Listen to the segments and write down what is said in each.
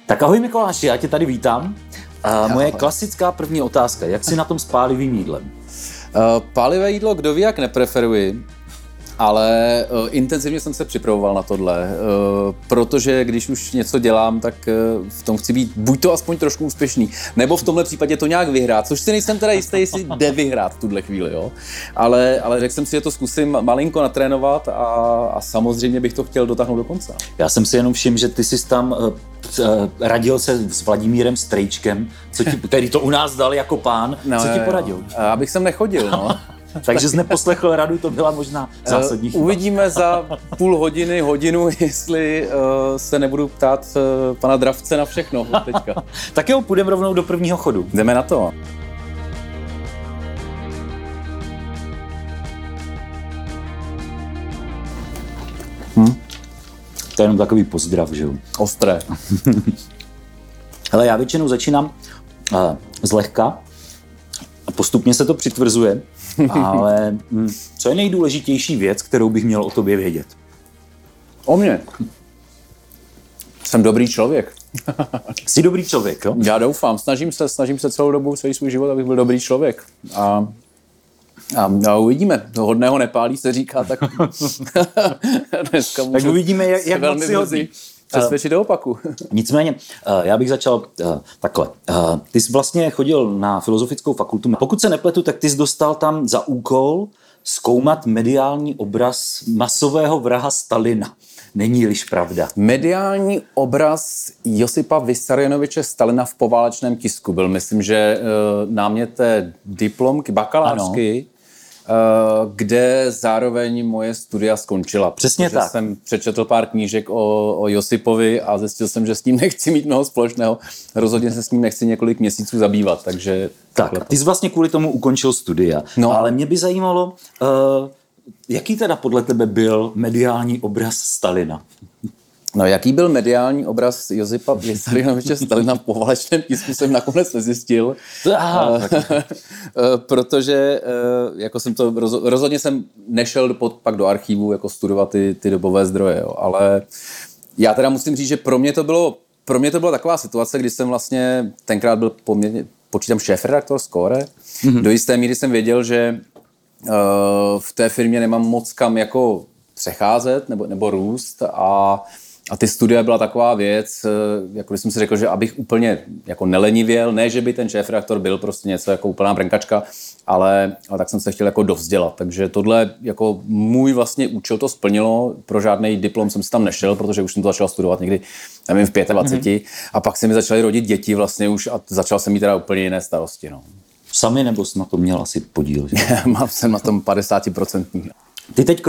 Tak ahoj Mikuláši, já tě tady vítám. Moje klasická první otázka, jak jsi na tom s pálivým jídlem? Pálivé jídlo, kdo ví, jak nepreferuji, ale intenzivně jsem se připravoval na tohle, protože když už něco dělám, tak v tom chci být buď to aspoň trošku úspěšný, nebo v tomhle případě to nějak vyhrát, což si nejsem teda jistý, jestli jde vyhrát v tuhle chvíli, jo. Ale řekl jsem si, že to zkusím malinko natrénovat a samozřejmě bych to chtěl dotáhnout do konce. Já jsem si jenom všiml, že ty jsi tam radil se s Vladimírem Strejčkem, který to u nás dal jako pán, co ti poradil? Abych sem nechodil, no. Takže jsi neposlechl radu, to byla možná zásadní chyba. Uvidíme za půl hodiny, hodinu, jestli se nebudu ptát pana Dravce na všechno teďka. Tak jo, půjdeme rovnou do prvního chodu. Jdeme na to. To je jenom takový pozdrav, že jo? Ostré. Hele, já většinou začínám zlehka a postupně se to přitvrzuje, ale co je nejdůležitější věc, kterou bych měl o tobě vědět? O mně? Jsem dobrý člověk. Jsi dobrý člověk, jo? Já doufám, snažím se celou dobu, celý svůj život, abych byl dobrý člověk. A uvidíme, hodného nepálí se říká, tak dneska můžu tak uvidíme, jak moc si hodný. Přesvědčit do opaku. Nicméně, já bych začal takhle. Ty jsi vlastně chodil na Filozofickou fakultu. Pokud se nepletu, tak ty jsi dostal tam za úkol zkoumat mediální obraz masového vraha Stalina. Není-liž pravda. Mediální obraz Josipa Vissarionoviče Stalina v poválečném tisku byl, myslím, že námět té diplomky, bakalářky, kde zároveň moje studia skončila. Přesně tak. Jsem přečetl pár knížek o Josipovi a zjistil jsem, že s ním nechci mít mnoho společného. Rozhodně se s ním nechci několik měsíců zabývat, takže... Tak, ty jsi vlastně kvůli tomu ukončil studia. No. Ale mě by zajímalo, jaký teda podle tebe byl mediální obraz Stalina? No, jaký byl mediální obraz Josipa Vissarionoviče Stalina v poválečném tisku, jsem nakonec nezjistil. Protože jako jsem to rozhodně jsem nešel pak do archivu jako studovat ty dobové zdroje, jo. Ale já teda musím říct, že pro mě to byla taková situace, kdy jsem vlastně tenkrát byl poměrně, počítám, šéfredaktor Score. Do jisté míry jsem věděl, že v té firmě nemám moc kam jako přecházet nebo růst a ty studia byla taková věc, jako když jsem si řekl, že abych úplně jako nelenivěl, ne, že by ten šéfredaktor byl prostě něco jako úplná brnkačka, ale tak jsem se chtěl jako dovzdělat. Takže tohle jako můj vlastně účel to splnilo, pro žádný diplom jsem si tam nešel, protože už jsem to začal studovat někdy, nevím, v 25 a pak se mi začaly rodit děti vlastně už a začal jsem mít teda úplně jiné starosti, no. Sami nebo jsi na to měl asi podíl, že? Mám jsem na tom 50%. Ty teď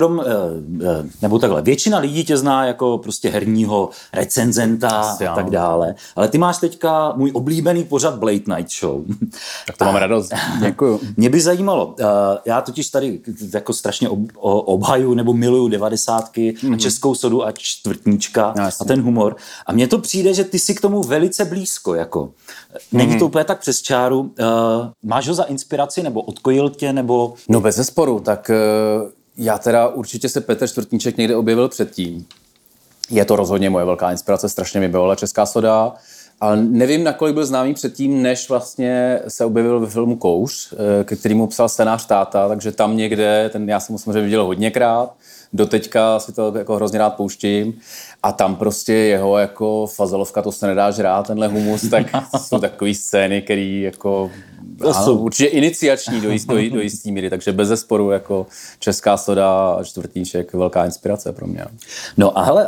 nebo takhle, většina lidí tě zná jako prostě herního recenzenta a tak dále, ale ty máš teďka můj oblíbený pořad Blade Night Show. Tak to mám radost, děkuju. Mě by zajímalo, já totiž tady jako strašně obhaju nebo miluju 90s a Českou sodu a Čtvrtníčka a ten humor a mně to přijde, že ty si k tomu velice blízko, jako. Není to úplně tak přes čáru. Máš ho za inspiraci nebo odkojil tě, nebo... No bezesporu, tak... Já teda určitě se Petr Čtvrtníček někde objevil předtím. Je to rozhodně moje velká inspirace, strašně mi bavila Česká soda, ale nevím, nakolik byl známý předtím, než vlastně se objevil ve filmu Kouř, ke kterému psal scénář táta, takže tam někde, já jsem ho samozřejmě viděl hodněkrát, doteďka si to jako hrozně rád pouštím a tam prostě jeho jako fazelovka, to se nedá žrát, tenhle humus, tak jsou takový scény, který jako ano, určitě iniciační do jistý míry, takže bezesporu jako Česká soda a Čtvrtníček velká inspirace pro mě. No a hele,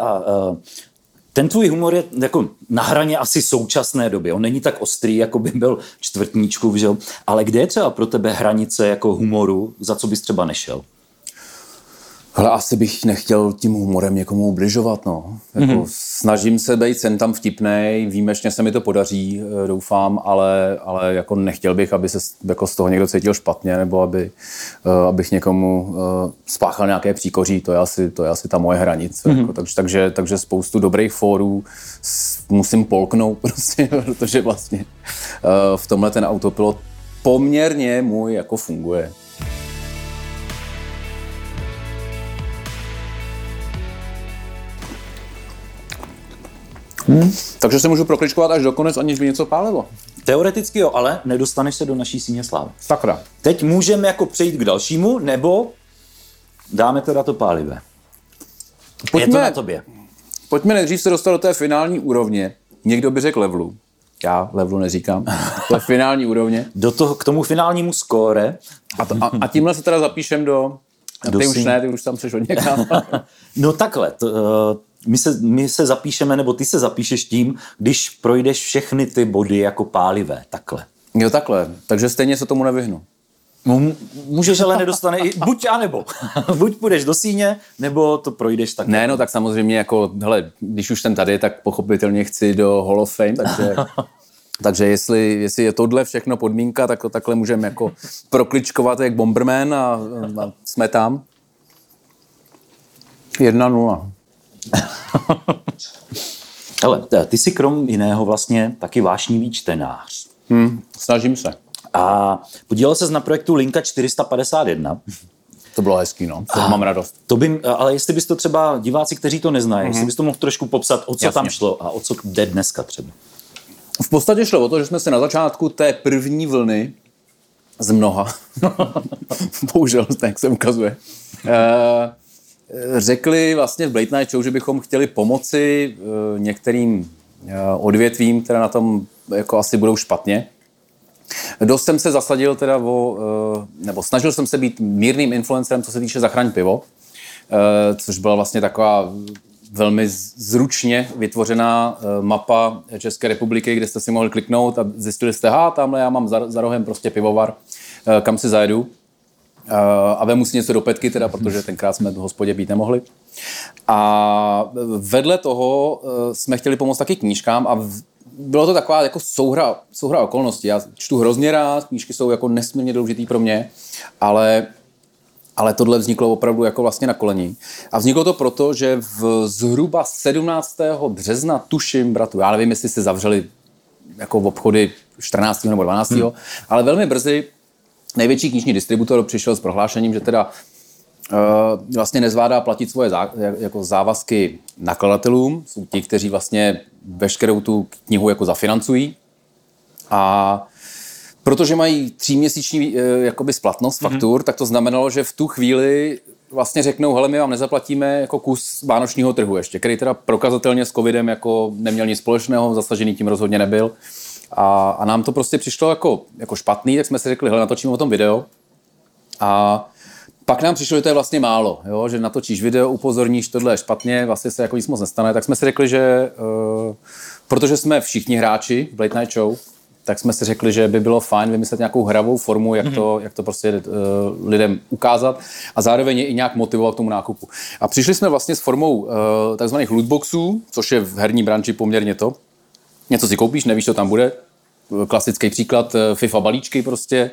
ten tvůj humor je jako na hraně asi současné doby. On není tak ostrý, jako by byl Čtvrtníčkův, že? Ale kde je třeba pro tebe hranice jako humoru, za co bys třeba nešel? Hele, asi bych nechtěl tím humorem někomu ubližovat, no. Jako snažím se být sem tam vtipnej, výjimečně se mi to podaří, doufám, ale jako nechtěl bych, aby se jako z toho někdo cítil špatně, nebo abych někomu spáchal nějaké příkoří, to je asi ta moje hranice. Jako, takže spoustu dobrých fórů musím polknout, prostě, protože vlastně v tomhle ten autopilot poměrně můj jako funguje. Takže se můžu prokličkovat až do konec, aniž by něco pálilo. Teoreticky jo, ale nedostaneš se do naší síně slávy. Sakra. Teď můžeme jako přejít k dalšímu, nebo dáme teda to pálivé. Je to na tobě. Pojďme nejdřív se dostat do té finální úrovně. Někdo by řekl levelu. Já levelu neříkám. To je finální úrovně. K tomu finálnímu skóre. A tímhle se teda zapíšem do ty už ne, ty už tam přišel někam. No takhle, my se zapíšeme, nebo ty se zapíšeš tím, když projdeš všechny ty body jako pálivé, takhle. Jo, takhle, takže stejně se tomu nevyhnu. Můžeš, ale nedostane buď a nebo. Buď půjdeš do síně, nebo to projdeš tak. Ne, no tak samozřejmě jako, hele, když už jsem tady, tak pochopitelně chci do Hall of Fame, takže jestli je tohle všechno podmínka, tak to takhle můžeme jako prokličkovat jak Bomberman a jsme tam. 1-0. Hele, ty jsi krom jiného vlastně taky vášnivý čtenář. Snažím se. A podílel ses na projektu Linka 451. To bylo hezký, no. To mám radost. Ale jestli bys to třeba diváci, kteří to neznají, jestli bys to mohl trošku popsat, o co tam šlo a o co jde dneska třeba. V podstatě šlo o to, že jsme se na začátku té první vlny z mnoha, bohužel, jak se ukazuje, řekli vlastně v Late Night Show, že bychom chtěli pomoci některým odvětvím, které na tom jako asi budou špatně. Dost jsem se zasadil teda nebo snažil jsem se být mírným influencerem, co se týče Zachraň pivo, což byla vlastně taková velmi zručně vytvořená mapa České republiky, kde jste si mohli kliknout a zjistili jste, tamhle já mám za rohem prostě pivovar, kam si zajedu. A vemu si něco do petky, teda, protože tenkrát jsme v hospodě být nemohli. A vedle toho jsme chtěli pomoct taky knížkám a bylo to taková jako souhra okolností. Já čtu hrozně rád, knížky jsou jako nesmírně důležitý pro mě, ale tohle vzniklo opravdu jako vlastně na koleni. A vzniklo to proto, že zhruba 17. března, tuším, bratu, já nevím, jestli se zavřeli jako v obchody 14. nebo 12. Ale velmi brzy největší knižní distributor přišel s prohlášením, že teda vlastně nezvládá platit svoje jako závazky nakladatelům, jsou ti, kteří vlastně veškerou tu knihu jako zafinancují. A protože mají 3měsíční jakoby splatnost faktur, tak to znamenalo, že v tu chvíli vlastně řeknou, hele, my vám nezaplatíme jako kus vánočního trhu ještě, který teda prokazatelně s covidem jako neměl nic společného, zasažený tím rozhodně nebyl. A nám to prostě přišlo jako špatný, tak jsme si řekli, hele, natočíme o tom video. A pak nám přišlo, že to je vlastně málo, jo? Že natočíš video, upozorníš, tohle je špatně, vlastně se jako nic moc nestane. Tak jsme si řekli, že protože jsme všichni hráči v Late Night Show, tak jsme si řekli, že by bylo fajn vymyslet nějakou hravou formu, jak to prostě lidem ukázat a zároveň je i nějak motivovat k tomu nákupu. A přišli jsme vlastně s formou takzvaných lootboxů, což je v herní branži poměrně to. Něco si koupíš, nevíš, co tam bude. Klasický příklad, FIFA balíčky prostě.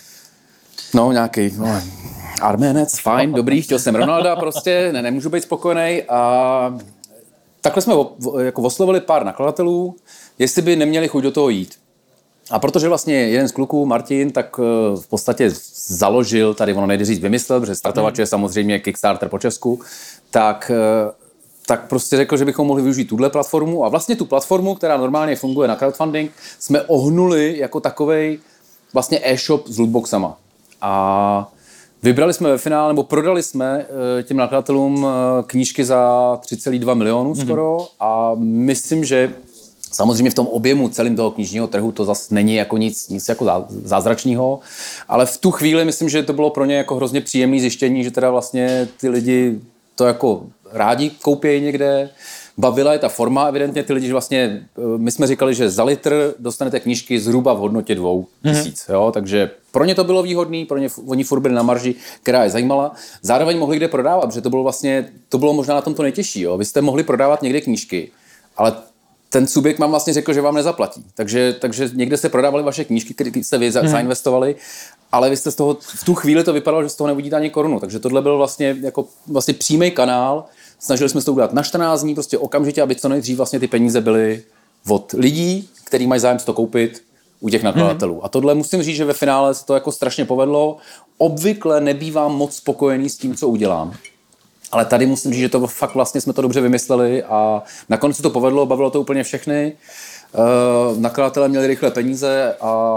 No, nějaký Arménec, fajn, dobrý, chtěl jsem Ronalda prostě, nemůžu být spokojený. A takhle jsme jako oslovili pár nakladatelů, jestli by neměli chuť do toho jít. A protože vlastně jeden z kluků, Martin, tak v podstatě založil, tady ono nejde říct vymyslel, protože startovač je samozřejmě Kickstarter po Česku, tak prostě řekl, že bychom mohli využít tuhle platformu a vlastně tu platformu, která normálně funguje na crowdfunding, jsme ohnuli jako takovej vlastně e-shop s lootboxama. A vybrali jsme ve finále, nebo prodali jsme těm nakladatelům knížky za 3,2 milionů skoro a myslím, že samozřejmě v tom objemu celým toho knižního trhu to zase není jako nic jako zázračného, ale v tu chvíli myslím, že to bylo pro ně jako hrozně příjemné zjištění, že teda vlastně ty lidi to jako rádi koupějí někde, bavila je ta forma evidentně, ty lidi, že vlastně, my jsme říkali, že za litr dostanete knížky zhruba v hodnotě 2000, jo, takže pro ně to bylo výhodný, pro ně oni furt byli na marži, která je zajímala, zároveň mohli kde prodávat, protože to bylo možná na tom to nejtěžší, jo, vy jste mohli prodávat někde knížky, ale ten subjekt vám vlastně řekl, že vám nezaplatí. Takže někde se prodávaly vaše knížky, které jste vy zainvestovali, ale vy jste z toho, v tu chvíli to vypadalo, že z toho neuvidíte ani korunu. Takže tohle byl vlastně přímý kanál. Snažili jsme se to udělat na 14 dní, prostě okamžitě, aby co nejdřív vlastně ty peníze byly od lidí, kteří mají zájem si to koupit u těch nakladatelů. A tohle musím říct, že ve finále se to jako strašně povedlo. Obvykle nebývám moc spokojený s tím, co udělám. Ale tady musím říct, že to fakt vlastně jsme to dobře vymysleli a nakonec se to povedlo, bavilo to úplně všechny. Nakladatelé měli rychle peníze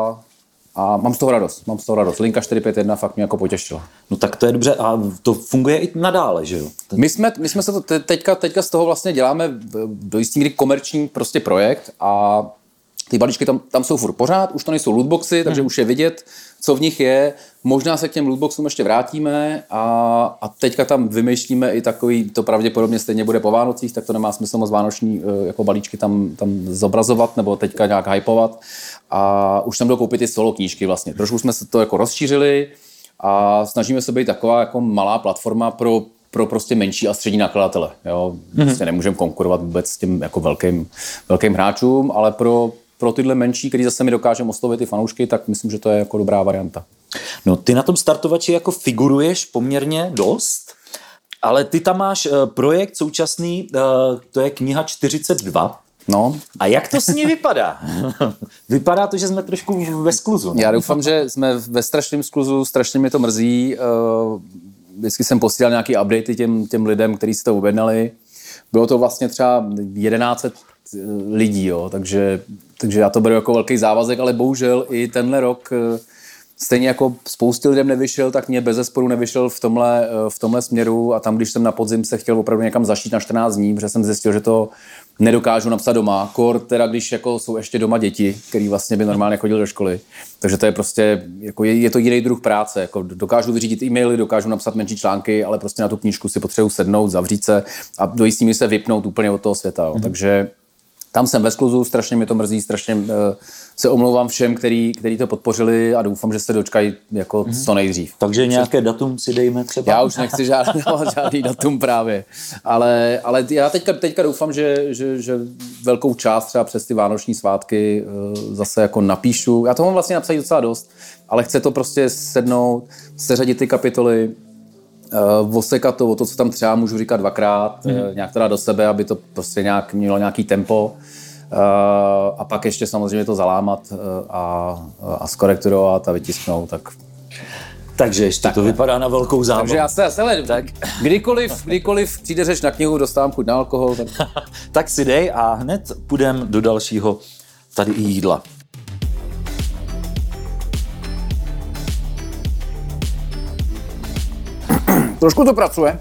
a mám z toho radost. Linka 451 fakt mě jako potěšila. No tak to je dobře a to funguje i nadále, že jo? My jsme se to teďka z toho vlastně děláme do jistý míry komerční prostě projekt a ty balíčky tam jsou furt pořád, už to nejsou lootboxy, takže už je vidět, co v nich je. Možná se k těm lootboxům ještě vrátíme a teďka tam vymýšlíme i takový, to pravděpodobně stejně bude po Vánocích, tak to nemá smysl moc vánoční jako balíčky tam zobrazovat nebo teďka nějak hypovat. A už tam jdou koupit i solo knížky vlastně. Trošku jsme se to jako rozšířili a snažíme se být taková jako malá platforma pro prostě menší a střední nakladatele. Jo? Prostě nemůžeme konkurovat vůbec s těm jako velkým hráčům, ale pro tyhle menší, který zase mi dokážeme oslovit ty fanoušky, tak myslím, že to je jako dobrá varianta. No ty na tom startovači jako figuruješ poměrně dost, ale ty tam máš projekt současný, to je kniha 42. No. A jak to s ní vypadá? Vypadá to, že jsme trošku ve skluzu. Ne? Já doufám, že jsme ve strašném skluzu, strašně mě to mrzí. Vždycky jsem posílal nějaký updaty těm lidem, kteří si to objednali. Bylo to vlastně třeba 1100 lidí, jo, takže já to beru jako velký závazek, ale bohužel i tenhle rok stejně jako spoustě lidem nevyšel, tak mě bezesporu nevyšel v tomhle směru a tam, když jsem na podzim se chtěl opravdu někam zašít na 14 dní, protože jsem zjistil, že to nedokážu napsat doma, kor teda když jako jsou ještě doma děti, který vlastně by normálně chodili do školy. Takže to je prostě, jako je to jiný druh práce, jako dokážu vyřídit e-maily, dokážu napsat menší články, ale prostě na tu knížku si potřebuji sednout, zavřít se a do jistý míry se vypnout úplně od toho světa. Jo. Takže tam jsem ve skluzu, strašně mě to mrzí, strašně se omlouvám všem, kteří to podpořili a doufám, že se dočkají jako co nejdřív. Takže nějaké datum si dejme třeba? Já už nechci žádný datum právě, ale já teďka doufám, že velkou část třeba přes ty vánoční svátky zase jako napíšu. Já to mám vlastně napsat docela dost, ale chce to prostě sednout, seřadit ty kapitoly, osekat to, o to, co tam třeba můžu říkat dvakrát, nějak teda do sebe, aby to prostě nějak mělo nějaký tempo a pak ještě samozřejmě to zalámat a zkorekturovat a vytisknout. Takže ještě tak, to vypadá na velkou zábavu. Takže já se tak kdykoliv přijde řeč na knihu, dostávám chuť na alkohol. Tak, tak si dej a hned půjdeme do dalšího tady i jídla. Trošku to pracuje.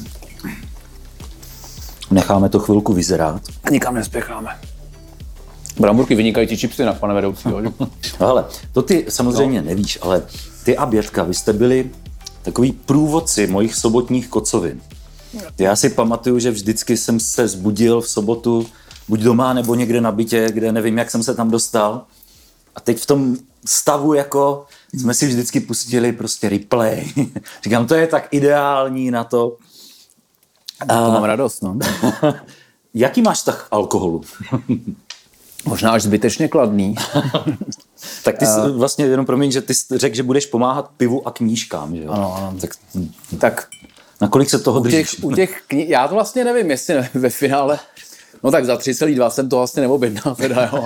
Necháme to chvilku vyzrát. A nikam nespěcháme. Bramburky vynikající čipsy, pane vedoucí. No hele, to ty samozřejmě nevíš, ale ty a Bětka, vy jste byli takový průvodci mojich sobotních kocovin. Já si pamatuju, že vždycky jsem se zbudil v sobotu, buď doma, nebo někde na bytě, kde nevím, jak jsem se tam dostal. A teď v tom stavu jako jsme si vždycky pustili prostě replay. Říkám, to je tak ideální na to. To mám radost, no. Jaký máš tak alkoholu? Možná až zbytečně kladný. Tak ty vlastně jenom promiň, že ty řekl, že budeš pomáhat pivu a knížkám, že jo? Ano. Tak nakolik se toho držíš? Já to vlastně nevím, jestli ve finále. No tak za 3,2 jsem to vlastně neobjednal, teda jo.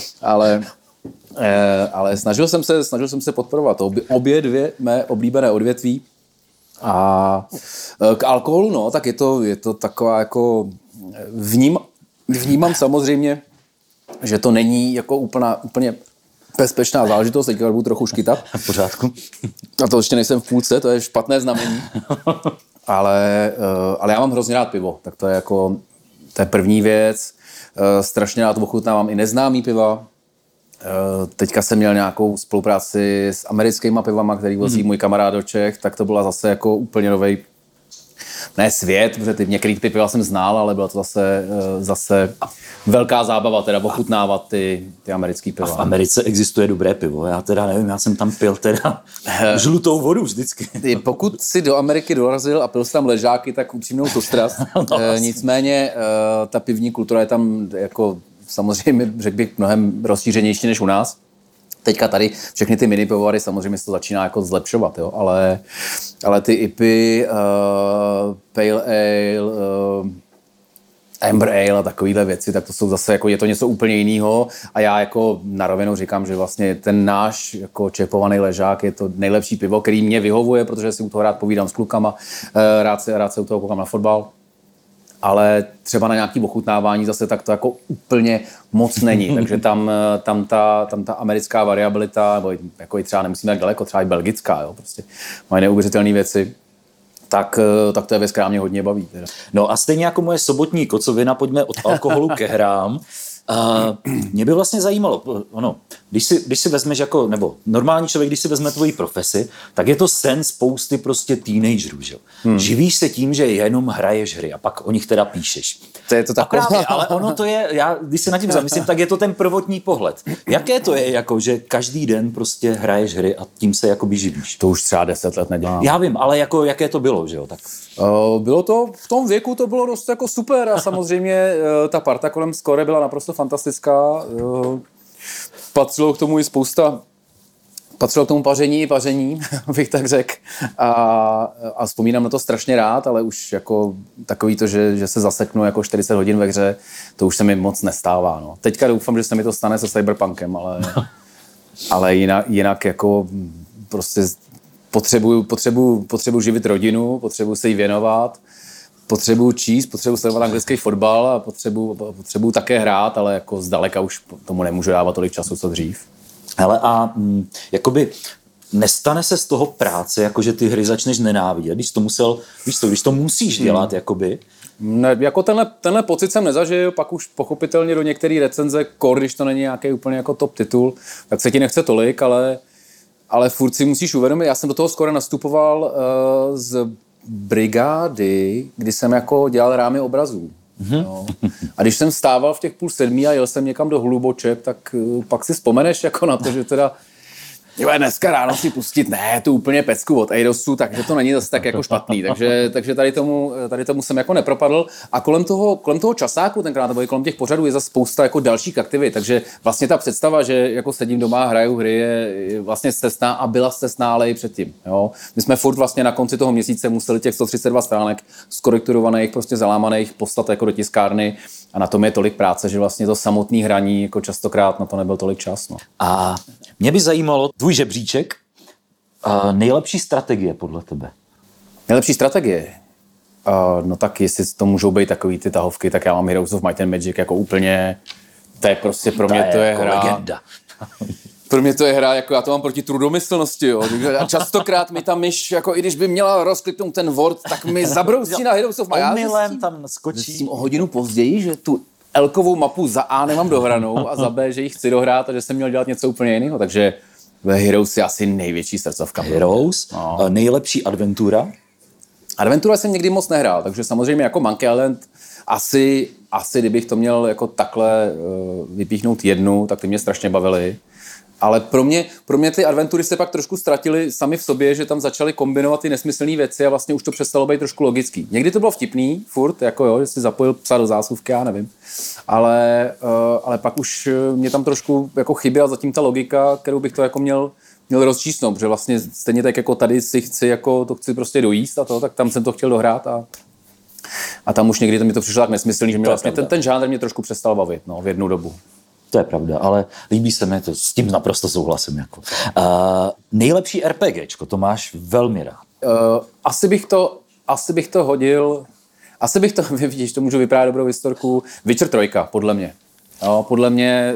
Ale snažil jsem se podporovat obě dvě mé oblíbené odvětví. A k alkoholu, no, tak je to taková jako vnímám samozřejmě, že to není jako úplně bezpečná záležitost, teďka budu trochu škytat. V pořádku. A to ještě nejsem v půlce, to je špatné znamení. Ale já mám hrozně rád pivo, tak to je první věc. Strašně rád ochutnávám i neznámý piva. Teďka jsem měl nějakou spolupráci s americkýma pivama, který vozí můj kamarád do Čech, tak to byla zase jako úplně novej, ne svět, protože některých ty piva jsem znal, ale byla to zase velká zábava, teda ochutnávat ty americký piva. A v Americe existuje dobré pivo, já teda nevím, já jsem tam pil teda žlutou vodu vždycky. Pokud si do Ameriky dorazil a pil jsi tam ležáky, tak upřímnou kostrast. Nicméně ta pivní kultura je tam jako samozřejmě, řekl bych, mnohem rozšířenější než u nás. Teďka tady všechny ty mini pivovary samozřejmě se to začíná jako zlepšovat, jo? Ale ty IPy, Pale Ale, Amber Ale a takovýhle věci, tak to jsou zase jako je to něco úplně jiného a já jako na rovinu říkám, že vlastně ten náš jako čepovaný ležák je to nejlepší pivo, který mě vyhovuje, protože si u toho rád povídám s klukama, rád se u toho koukám na fotbal, ale třeba na nějaký ochutnávání zase tak to jako úplně moc není, takže tam ta americká variabilita, nebo jako i třeba nemusíme tak daleko, třeba i belgická, jo, prostě mají neuvěřitelné věci. Tak to je věc, která mě hodně baví. Teda. No a stejně jako moje sobotní kocovina, pojďme od alkoholu ke hrám. Mě by vlastně zajímalo, když si vezmeš jako, nebo normální člověk, když si vezme tvoji profesi, tak je to sen spousty prostě teenagerů, že? Živíš se tím, že jenom hraješ hry a pak o nich teda píšeš. To je to takové. Právě, ale ono to je, když se nad tím zamyslím, tak je to ten prvotní pohled. Jaké to je, jako, že každý den prostě hraješ hry a tím se jakoby živíš? To už třeba 10 let nedělám. Já vím, ale jako, jaké to bylo, že jo? Tak. Bylo to, v tom věku to bylo dost jako super a samozřejmě ta parta kolem Skóre byla naprosto fantastická. Patřilo k tomu i patřilo k tomu paření, bych tak řekl. A vzpomínám na to strašně rád, ale už jako takový to, že se zaseknu jako 40 hodin ve hře, to už se mi moc nestává. No. Teďka doufám, že se mi to stane se Cyberpunkem, ale jinak jako prostě potřebuju živit rodinu, potřebuju se jí věnovat, potřebuju číst, potřebuju sledovat anglický fotbal a potřebuju také hrát, ale jako zdaleka už tomu nemůžu dávat tolik času, co dřív. Hele a jakoby nestane se z toho práce, jakože ty hry začneš nenávidět, když to musíš dělat, jakoby? Ne, jako tenhle pocit jsem nezažil, pak už pochopitelně do některé recenze, když to není nějaký úplně jako top titul, tak se ti nechce tolik, ale furt si musíš uvědomit, já jsem do toho skoro nastupoval z brigády, kdy jsem jako dělal rámy obrazů. No. A když jsem vstával v těch 6:30 a jel jsem někam do Hluboček, tak pak si vzpomeneš jako na to, že teda dneska ráno si pustit, ne, to úplně pecku od Eidosu, takže to není zase tak jako špatný, takže tady tomu jsem jako nepropadl a kolem toho časáku, tenkrát nebo kolem těch pořadů je zase spousta jako dalších aktivit, takže vlastně ta představa, že jako sedím doma a hraju hry je vlastně scestná a byla scestná, ale i předtím, jo. My jsme furt vlastně na konci toho měsíce museli těch 132 stránek zkorekturovaných, prostě zalámaných poslat jako do tiskárny a na tom je tolik práce, že vlastně to samotné hraní jako častokrát na to nebyl tolik čas, no. A mě by zajímalo tvůj žebříček, nejlepší strategie podle tebe. Nejlepší strategie? No tak jestli to můžou být takový ty tahovky, tak já mám Heroes of Might and Magic jako úplně, to je prostě pro mě to je jako hra. Legenda. Pro mě to je hra, jako já to mám proti trudomyslnosti, jo. A častokrát mi ta myš, jako i když by měla rozkliknout ten Word, tak mi zabrousí na Heroes of Might. Omylem tam skočí. S tím o hodinu později, že tu Elkovou mapu za A nemám dohranou a za B, že ji chci dohrát a že jsem měl dělat něco úplně jiného, takže Heroes je asi největší srdcovka. Heroes, no. Nejlepší adventura? Adventura jsem někdy moc nehrál, takže samozřejmě jako Monkey Island asi kdybych to měl jako takhle vypíchnout jednu, tak ty mě strašně bavily. Ale pro mě ty adventury se pak trošku ztratily sami v sobě, že tam začaly kombinovat ty nesmyslné věci a vlastně už to přestalo být trošku logický. Někdy to bylo vtipný, furt, jako jo, že si zapojil psa do zásuvky, já nevím. Ale pak už mě tam trošku jako chyběla zatím ta logika, kterou bych to jako měl rozčísnout, protože vlastně stejně tak jako tady to chci prostě dojíst a to, tak tam jsem to chtěl dohrát a tam už někdy to mi to přišlo tak nesmyslný, že mě vlastně ten žánr mě trošku přestal bavit, no, v jednu dobu. To je pravda, ale líbí se mi to, s tím naprosto souhlasím. Jako. Nejlepší RPGčko, to máš velmi rád. Asi bych to hodil, vidíš, to můžu vyprávět dobrou historku, Witcher 3, podle mě. Jo, podle mě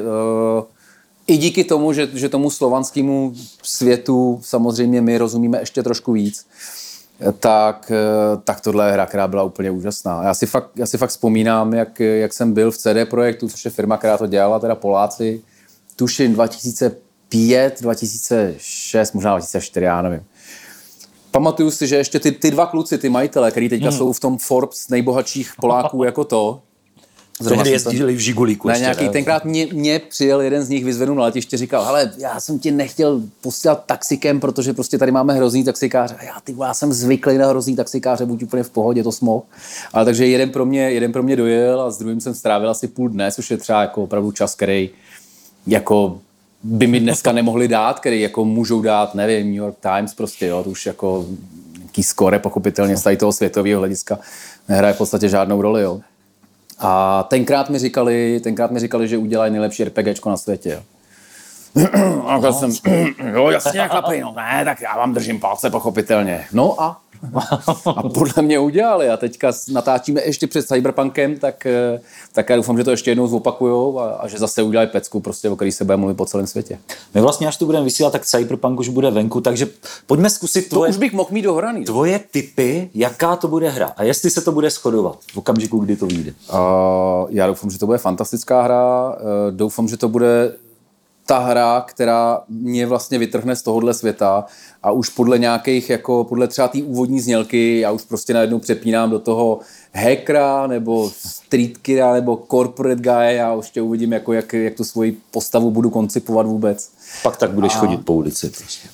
i díky tomu, že tomu slovanskému světu samozřejmě my rozumíme ještě trošku víc, tak tohle je hra, která byla úplně úžasná. Já si fakt vzpomínám, jak jsem byl v CD Projektu, což je firma, která to dělala, teda Poláci, tuším 2005, 2006, možná 2004, já nevím. Pamatuju si, že ještě ty dva kluci, ty majitele, který teďka jsou v tom Forbes nejbohatších Poláků jako to, tehdy jezdili v Žigulíku. Tenkrát mě přijel jeden z nich, vyzvednul na letiště, říkal, hele, já jsem ti nechtěl posílat taxikem, protože prostě tady máme hrozný taxikáře. Já jsem zvyklý na hrozný taxikáře, buď úplně v pohodě, to smoh. Ale takže jeden pro mě dojel a s druhým jsem strávil asi půl dne, což je třeba jako opravdu čas, který jako by mi dneska nemohli dát, který jako můžou dát, nevím, New York Times prostě, jo, to už jako nějaký skóre pochopitelně z toho světového hlediska nehraje v podstatě žádnou roli, jo. A tenkrát mi říkali, že udělají nejlepší RPGčko na světě. Jo. A jsem, jo, jasně, chlapi, no ne, tak já vám držím palce, pochopitelně. No a podle mě udělali a teďka natáčíme ještě před Cyberpunkem, tak já doufám, že to ještě jednou zopakujou a že zase udělají pecku, prostě, o který se bude mluvit po celém světě. My vlastně, až to budeme vysílat, tak Cyberpunk už bude venku, takže pojďme zkusit to už bych mohl mít dohraný. Tvoje tipy, jaká to bude hra a jestli se to bude shodovat v okamžiku, kdy to vyjde. Já doufám, že to bude fantastická hra, doufám, že to bude ta hra, která mě vlastně vytrhne z tohohle světa a už podle nějakých, jako podle třeba té úvodní znělky, já už prostě najednou přepínám do toho hackera, nebo street kida, nebo corporate guy, já ještě uvidím, jako jak tu svoji postavu budu koncipovat vůbec. Pak tak budeš chodit po ulici. Prostě.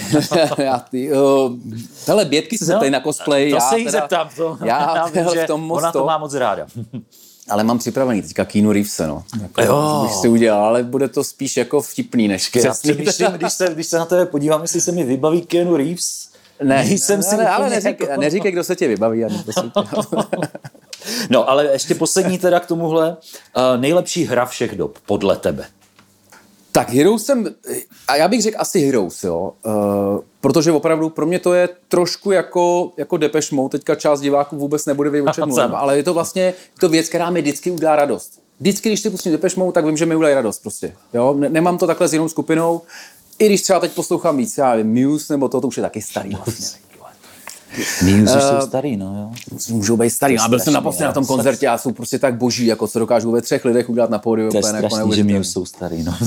Hele, bětky se zeptají na cosplay. To se jí zeptám. Já vím, že ona to má moc ráda. Ale mám připravený teďka Keanu Reevese, no. Jako, bych si udělal, ale bude to spíš jako vtipný, než přesný. Když se na tebe podívám, jestli se mi vybaví Keanu Reeves. Neříkej, kdo se tě vybaví. No, ale ještě poslední teda k tomuhle. Nejlepší hra všech dob, podle tebe. Tak Heroes a já bych řekl asi Heroes, jo. Protože opravdu pro mě to je trošku jako Depeche Mode, teďka část diváků vůbec nebude vědět, o čem mluvím, ale je to vlastně věc, která mi vždycky udělá radost. Vždycky, když si pustím Depeche Mode, tak vím, že mi udělá radost prostě. Jo? Nemám to takhle s jinou skupinou, i když třeba teď poslouchám víc, já nevím, Muse nebo to už je taky starý vlastně. Muse už jsou starý, no jo. Můžou být starý, a byl jsem naposledy na tom koncertě a jsou prostě tak boží, jako co dokážou ve 3 lidech udělat na pódiu. To je strašný, že Muse jsou starý, no.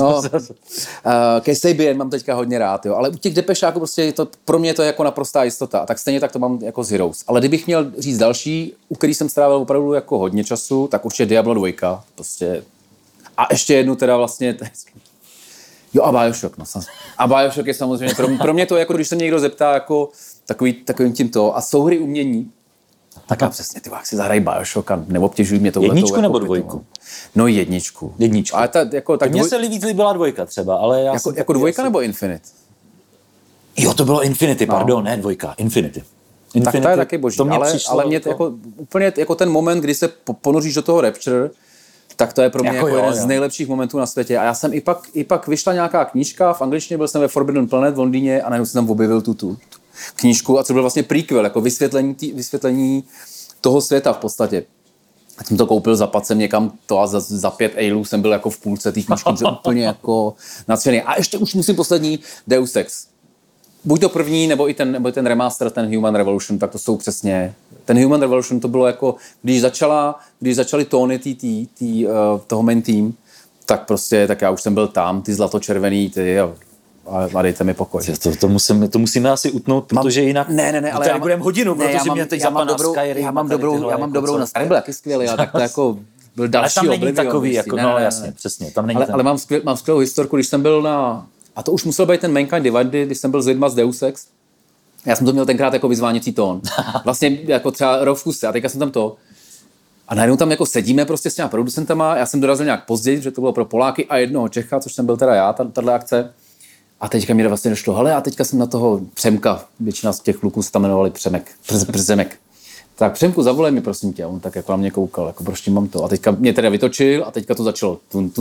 KCBN mám teďka hodně rád, jo, ale u těch Depešáků prostě pro mě to je jako naprostá jistota, a tak stejně tak to mám jako z Heroes. Ale kdybych měl říct další, u který jsem strávil opravdu jako hodně času, tak určitě Diablo 2, prostě. A ještě jednu teda vlastně, jo, a Bioshock, no. A Bioshock je samozřejmě, pro mě to jako, když se mě někdo zeptá, jako takovým tímto, a souhry umění, tak a přesně, ty si zahrají Bioshock a neobtěžuj mě tohletou. Jedničku nebo dvojku? No jedničku. Ale mně se víc líbila 2 třeba, ale já jako 2 nebo Infinite? Jo, to bylo Infinity, pardon, ne 2, Infinity. Tak to je taky boží, ale mě to jako úplně jako ten moment, kdy se ponoříš do toho Rapture, tak to je pro mě jako jeden z nejlepších momentů na světě. A já jsem i pak vyšla nějaká knížka, v angličtině byl jsem ve Forbidden Planet v Londýně a najednou jsem tam objevil tu knížku, a co byl vlastně prequel, jako vysvětlení toho světa v podstatě. A jsem to koupil, zapadl jsem někam to a za 5 ejlů jsem byl jako v půlce té knížky, úplně jako nadšený. A ještě už musím poslední Deus Ex. Buď to první, nebo i ten remaster, ten Human Revolution, tak to jsou přesně. Ten Human Revolution to bylo jako, když začali tóny toho main team, tak prostě, tak já už jsem byl tam, ty zlatočervený, a dejte mi pokoj. To musíme asi utnout, protože jinak ale tady budeme hodinu, protože mě teď zapadá Skyrim. Já mám dobrou na Skyrim, byl taky skvělý, ale tak to jako byl další Oblivion. Ale tam není takový, jako, no jasně, přesně. Tam není ale mám skvělou historku, když jsem byl a to už musel být ten Mankind Divided, když jsem byl s lidma z Deus Ex. Já jsem to měl tenkrát jako vyzváněcí tón. Vlastně jako třeba rok v kuse, a teďka jsem tam to. A najednou tam jako sedíme prostě s těma producentama, já jsem dorazil nějak později, že to bylo pro Poláky a jednoho Čecha, což jsem byl teda já, tato akce. A teďka mi vlastně došlo, hele, a teďka jsem na toho Přemka, většina z těch kluků se tam jmenovali Przemek. Tak Přemku, zavolej mi prosím tě, on tak jako na mě koukal, jako prostě mám to. A teďka mě teda vytočil a teďka to začalo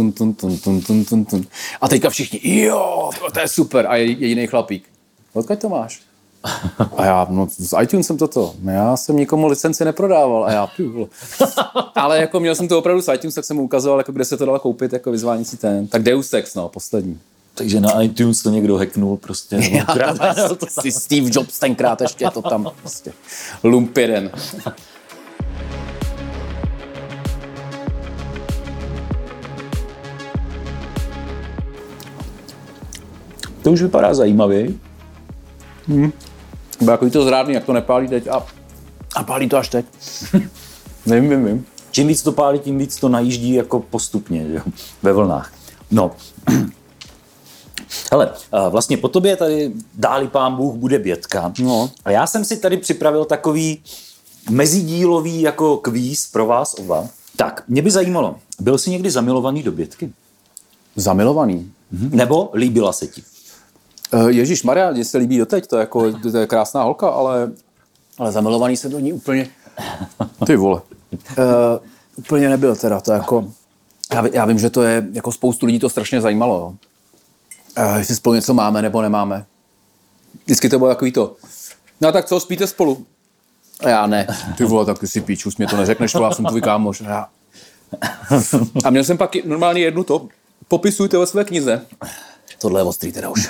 tun. A teďka všichni, jo, to je super. A je jiný chlapík. Odkud to máš? A já, no z iTunes jsem toto. Já jsem nikomu licenci neprodával a já, ale jako měl jsem to opravdu z iTunes, tak jsem mu ukazoval, jako kde se to dalo koupit, jako vyzvánící ten. Tak Deus Ex, no, poslední. Takže na iTunes to někdo hacknul prostě. Steve Jobs tenkrát ještě to tam prostě. Lump jeden. To už vypadá zajímavě. Byl jako to zrádný, jak to nepálí teď a pálí to až teď. Vím. Čím víc to pálí, tím víc to najíždí jako postupně, jo? Ve vlnách. No. Hele, vlastně po tobě tady dáli pán Bůh bude Bětka. No. A já jsem si tady připravil takový mezidílový jako kvíz pro vás oba. Tak, mě by zajímalo, byl jsi někdy zamilovaný do Bětky? Zamilovaný? Nebo líbila se ti? Ježišmarja, mě se líbí doteď, to je krásná holka, ale zamilovaný jsem do ní úplně. Ty vole. úplně nebyl teda, to jako, já vím, že to je, jako spoustu lidí to strašně zajímalo, jo. Jestli spolu něco máme nebo nemáme. Vždycky to bylo takový to, no tak co, spíte spolu? A já ne, ty vole, tak ty si píču, mě to neřekneš, já jsem tvůj kámoš. A měl jsem pak normálně jednu to, popisujte ve své knize. Tohle je ostrý teda už.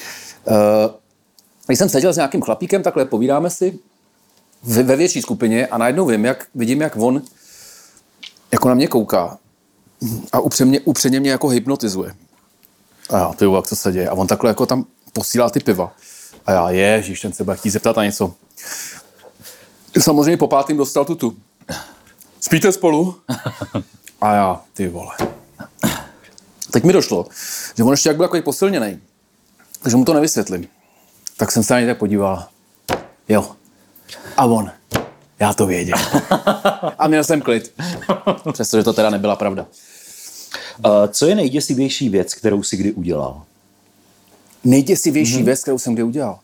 Když jsem seděl s nějakým chlapíkem, takhle povídáme si ve větší skupině a najednou vidím, jak on jako na mě kouká a upřeně mě jako hypnotizuje. A já, ty vole, jak co se děje? A on takhle jako tam posílá ty piva. A já, ježiš, ten se bude chtít zeptat na něco. Samozřejmě po pátým dostal tu. Spíte spolu? A já, ty vole. Teď mi došlo, že on ještě jak byl takový posilněnej, takže mu to nevysvětlím. Tak jsem se na něj tak podíval. Jo. A on. Já to věděl. A měl jsem klid. Přestože to teda nebyla pravda. Co je nejděsivější věc, kterou jsi kdy udělal? Nejděsivější věc, kterou jsem kdy udělal?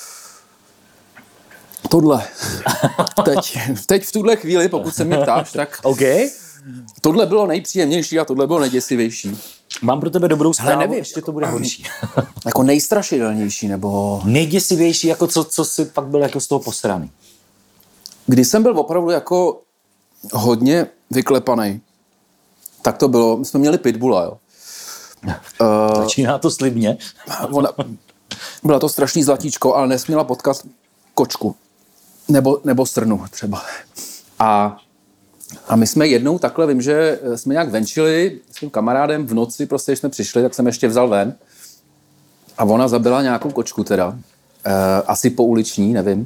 Tohle. Teď v tuhle chvíli, pokud se mě ptáš, tak okay. Tohle bylo nejpříjemnější a tohle bylo nejděsivější. Mám pro tebe dobrou zprávu, ještě to bude horší. Jako nejstrašidelnější, nebo... Nejděsivější, jako co jsi pak byl jako z toho posraný? Když jsem byl opravdu jako hodně vyklepaný, tak to bylo, my jsme měli pitbulla, jo. Začíná to slibně. Byla to strašný zlatíčko, ale nesměla potkat kočku. Nebo srnu třeba. A my jsme jednou takhle, vím, že jsme nějak venčili s tím kamarádem v noci, prostě když jsme přišli, tak jsem ještě vzal ven. A ona zabila nějakou kočku teda. Asi pouliční, nevím.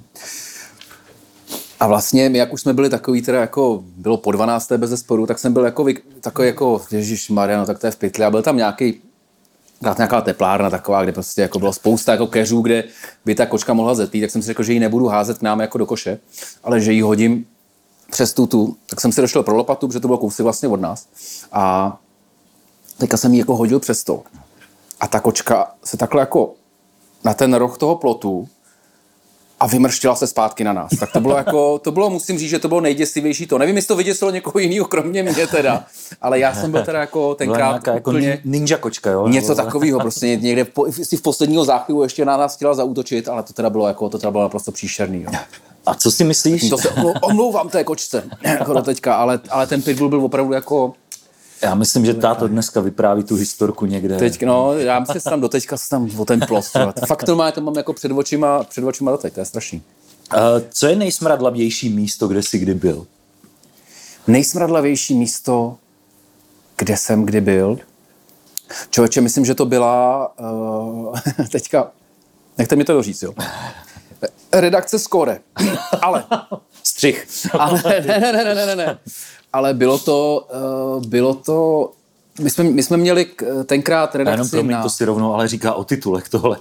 A vlastně my, jak už jsme byli takový teda jako, bylo po 12. bezesporu, tak jsem byl jako takový jako, ježišmarja, no tak to je v pytli. A byl tam nějaká teplárna taková, kde prostě jako bylo spousta jako keřů, kde by ta kočka mohla zetít, tak jsem si řekl, že ji nebudu házet k nám jako do koše, ale že ji hodím přes tu, tak jsem si došel pro lopatu, protože to bylo kousek vlastně od nás. A teďka jsem ji jako hodil přes to. A ta kočka se takhle jako na ten roh toho plotu a vymrštila se zpátky na nás. Tak to bylo, musím říct, že to bylo nejděsivější to. Nevím, jestli to vyděsilo někoho jiného, kromě mě teda, ale já jsem byl teda jako tenkrát úplně... Jako ninja kočka, jo? Něco takového, prostě někde v posledního záchvěvu ještě na nás chtěla zaútočit, ale to teda bylo naprosto příšerný, jo. A co si myslíš? To se omlouvám té kočce, jako do teďka, ale ten pitbull byl opravdu jako... Já myslím, že táto dneska vypráví tu historku někde. Teď, no, já myslím, že tam doteďka se tam o ten plost. Fakt to mám jako před očima doteď, to je strašný. Co je nejsmradlavější místo, kde jsi kdy byl? Nejsmradlavější místo, kde jsem kdy byl? Člověče, myslím, že to byla teďka, nechte mi to doříct, jo. Redakce Skóre, ale... Střih. Ale ne. Ale bylo to my jsme měli tenkrát redakci jenom promiň, to si rovnou ale říká o titulech tohle.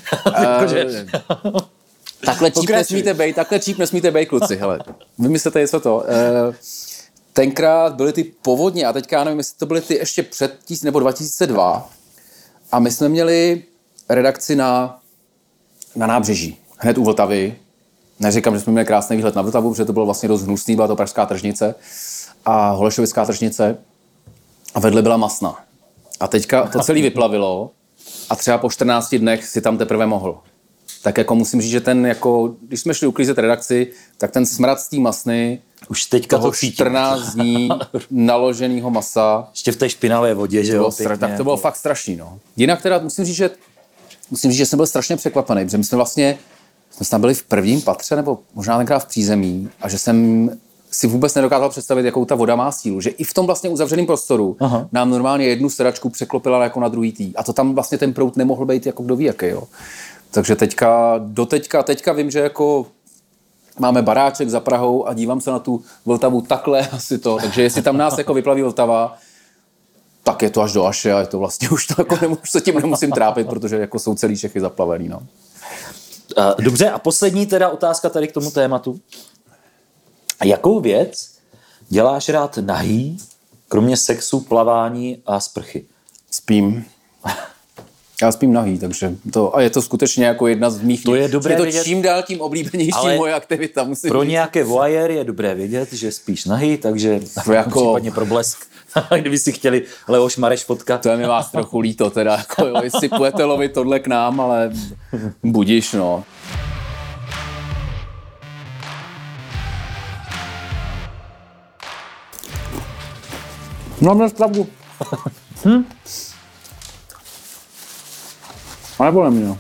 Takhle číp nesmíte bejt, kluci, hele. Vymyslete něco to. Tenkrát byly ty povodně a teďka nevím, jestli to byly ty ještě před nebo 2002 a my jsme měli redakci na nábřeží, hned u Vltavy. Neříkám, že jsme měli krásný výhled na Vltavu, protože to bylo vlastně dost hnusný, byla to pražská tržnice a holešovická tržnice a vedle byla Masna. A teďka to celé vyplavilo a třeba po 14 dnech si tam teprve mohl. Tak jako musím říct, že když jsme šli uklízet redakci, tak ten smrad z té Masny, už teďka toho 14 dní naloženého masa. Ještě v té špinavé vodě, že jo? Tak to bylo fakt strašný, no. Jinak teda musím říct, že jsem byl strašně překvapený, protože my jsme tam byli v prvním patře, nebo možná tenkrát v přízemí, a že jsem si vůbec nedokázal představit, jakou ta voda má sílu. Že i v tom vlastně uzavřeném prostoru nám normálně jednu sedačku překlopila jako na druhý tý. A to tam vlastně ten proud nemohl být jako kdo ví jaký, jo. Takže teďka vím, že jako máme baráček za Prahou a dívám se na tu Vltavu takhle asi to. Takže jestli tam nás jako vyplaví Vltava, tak je to až do Aše a je to vlastně už to jako se tím nemusím trápit, protože jako jsou celý Čechy zaplavený, no. Dobře, a poslední teda otázka tady k tomu tématu. Jakou věc děláš rád nahý, kromě sexu, plavání a sprchy? Spím. Já spím nahý, takže a je to skutečně jako jedna z mých... To je dobré je to vědět, čím dál tím oblíbenější moje aktivita. Musím pro říct. nějaké voyeur je dobré vědět, že spíš nahý, takže jako... případně pro blesk. Kdyby si chtěli Leoš Mareš fotka. To je mi vás trochu líto, teda, jako jo, jestli půjdete lovit tohle k nám, ale budiš, no. No, měl pravdu. Ale podle mě.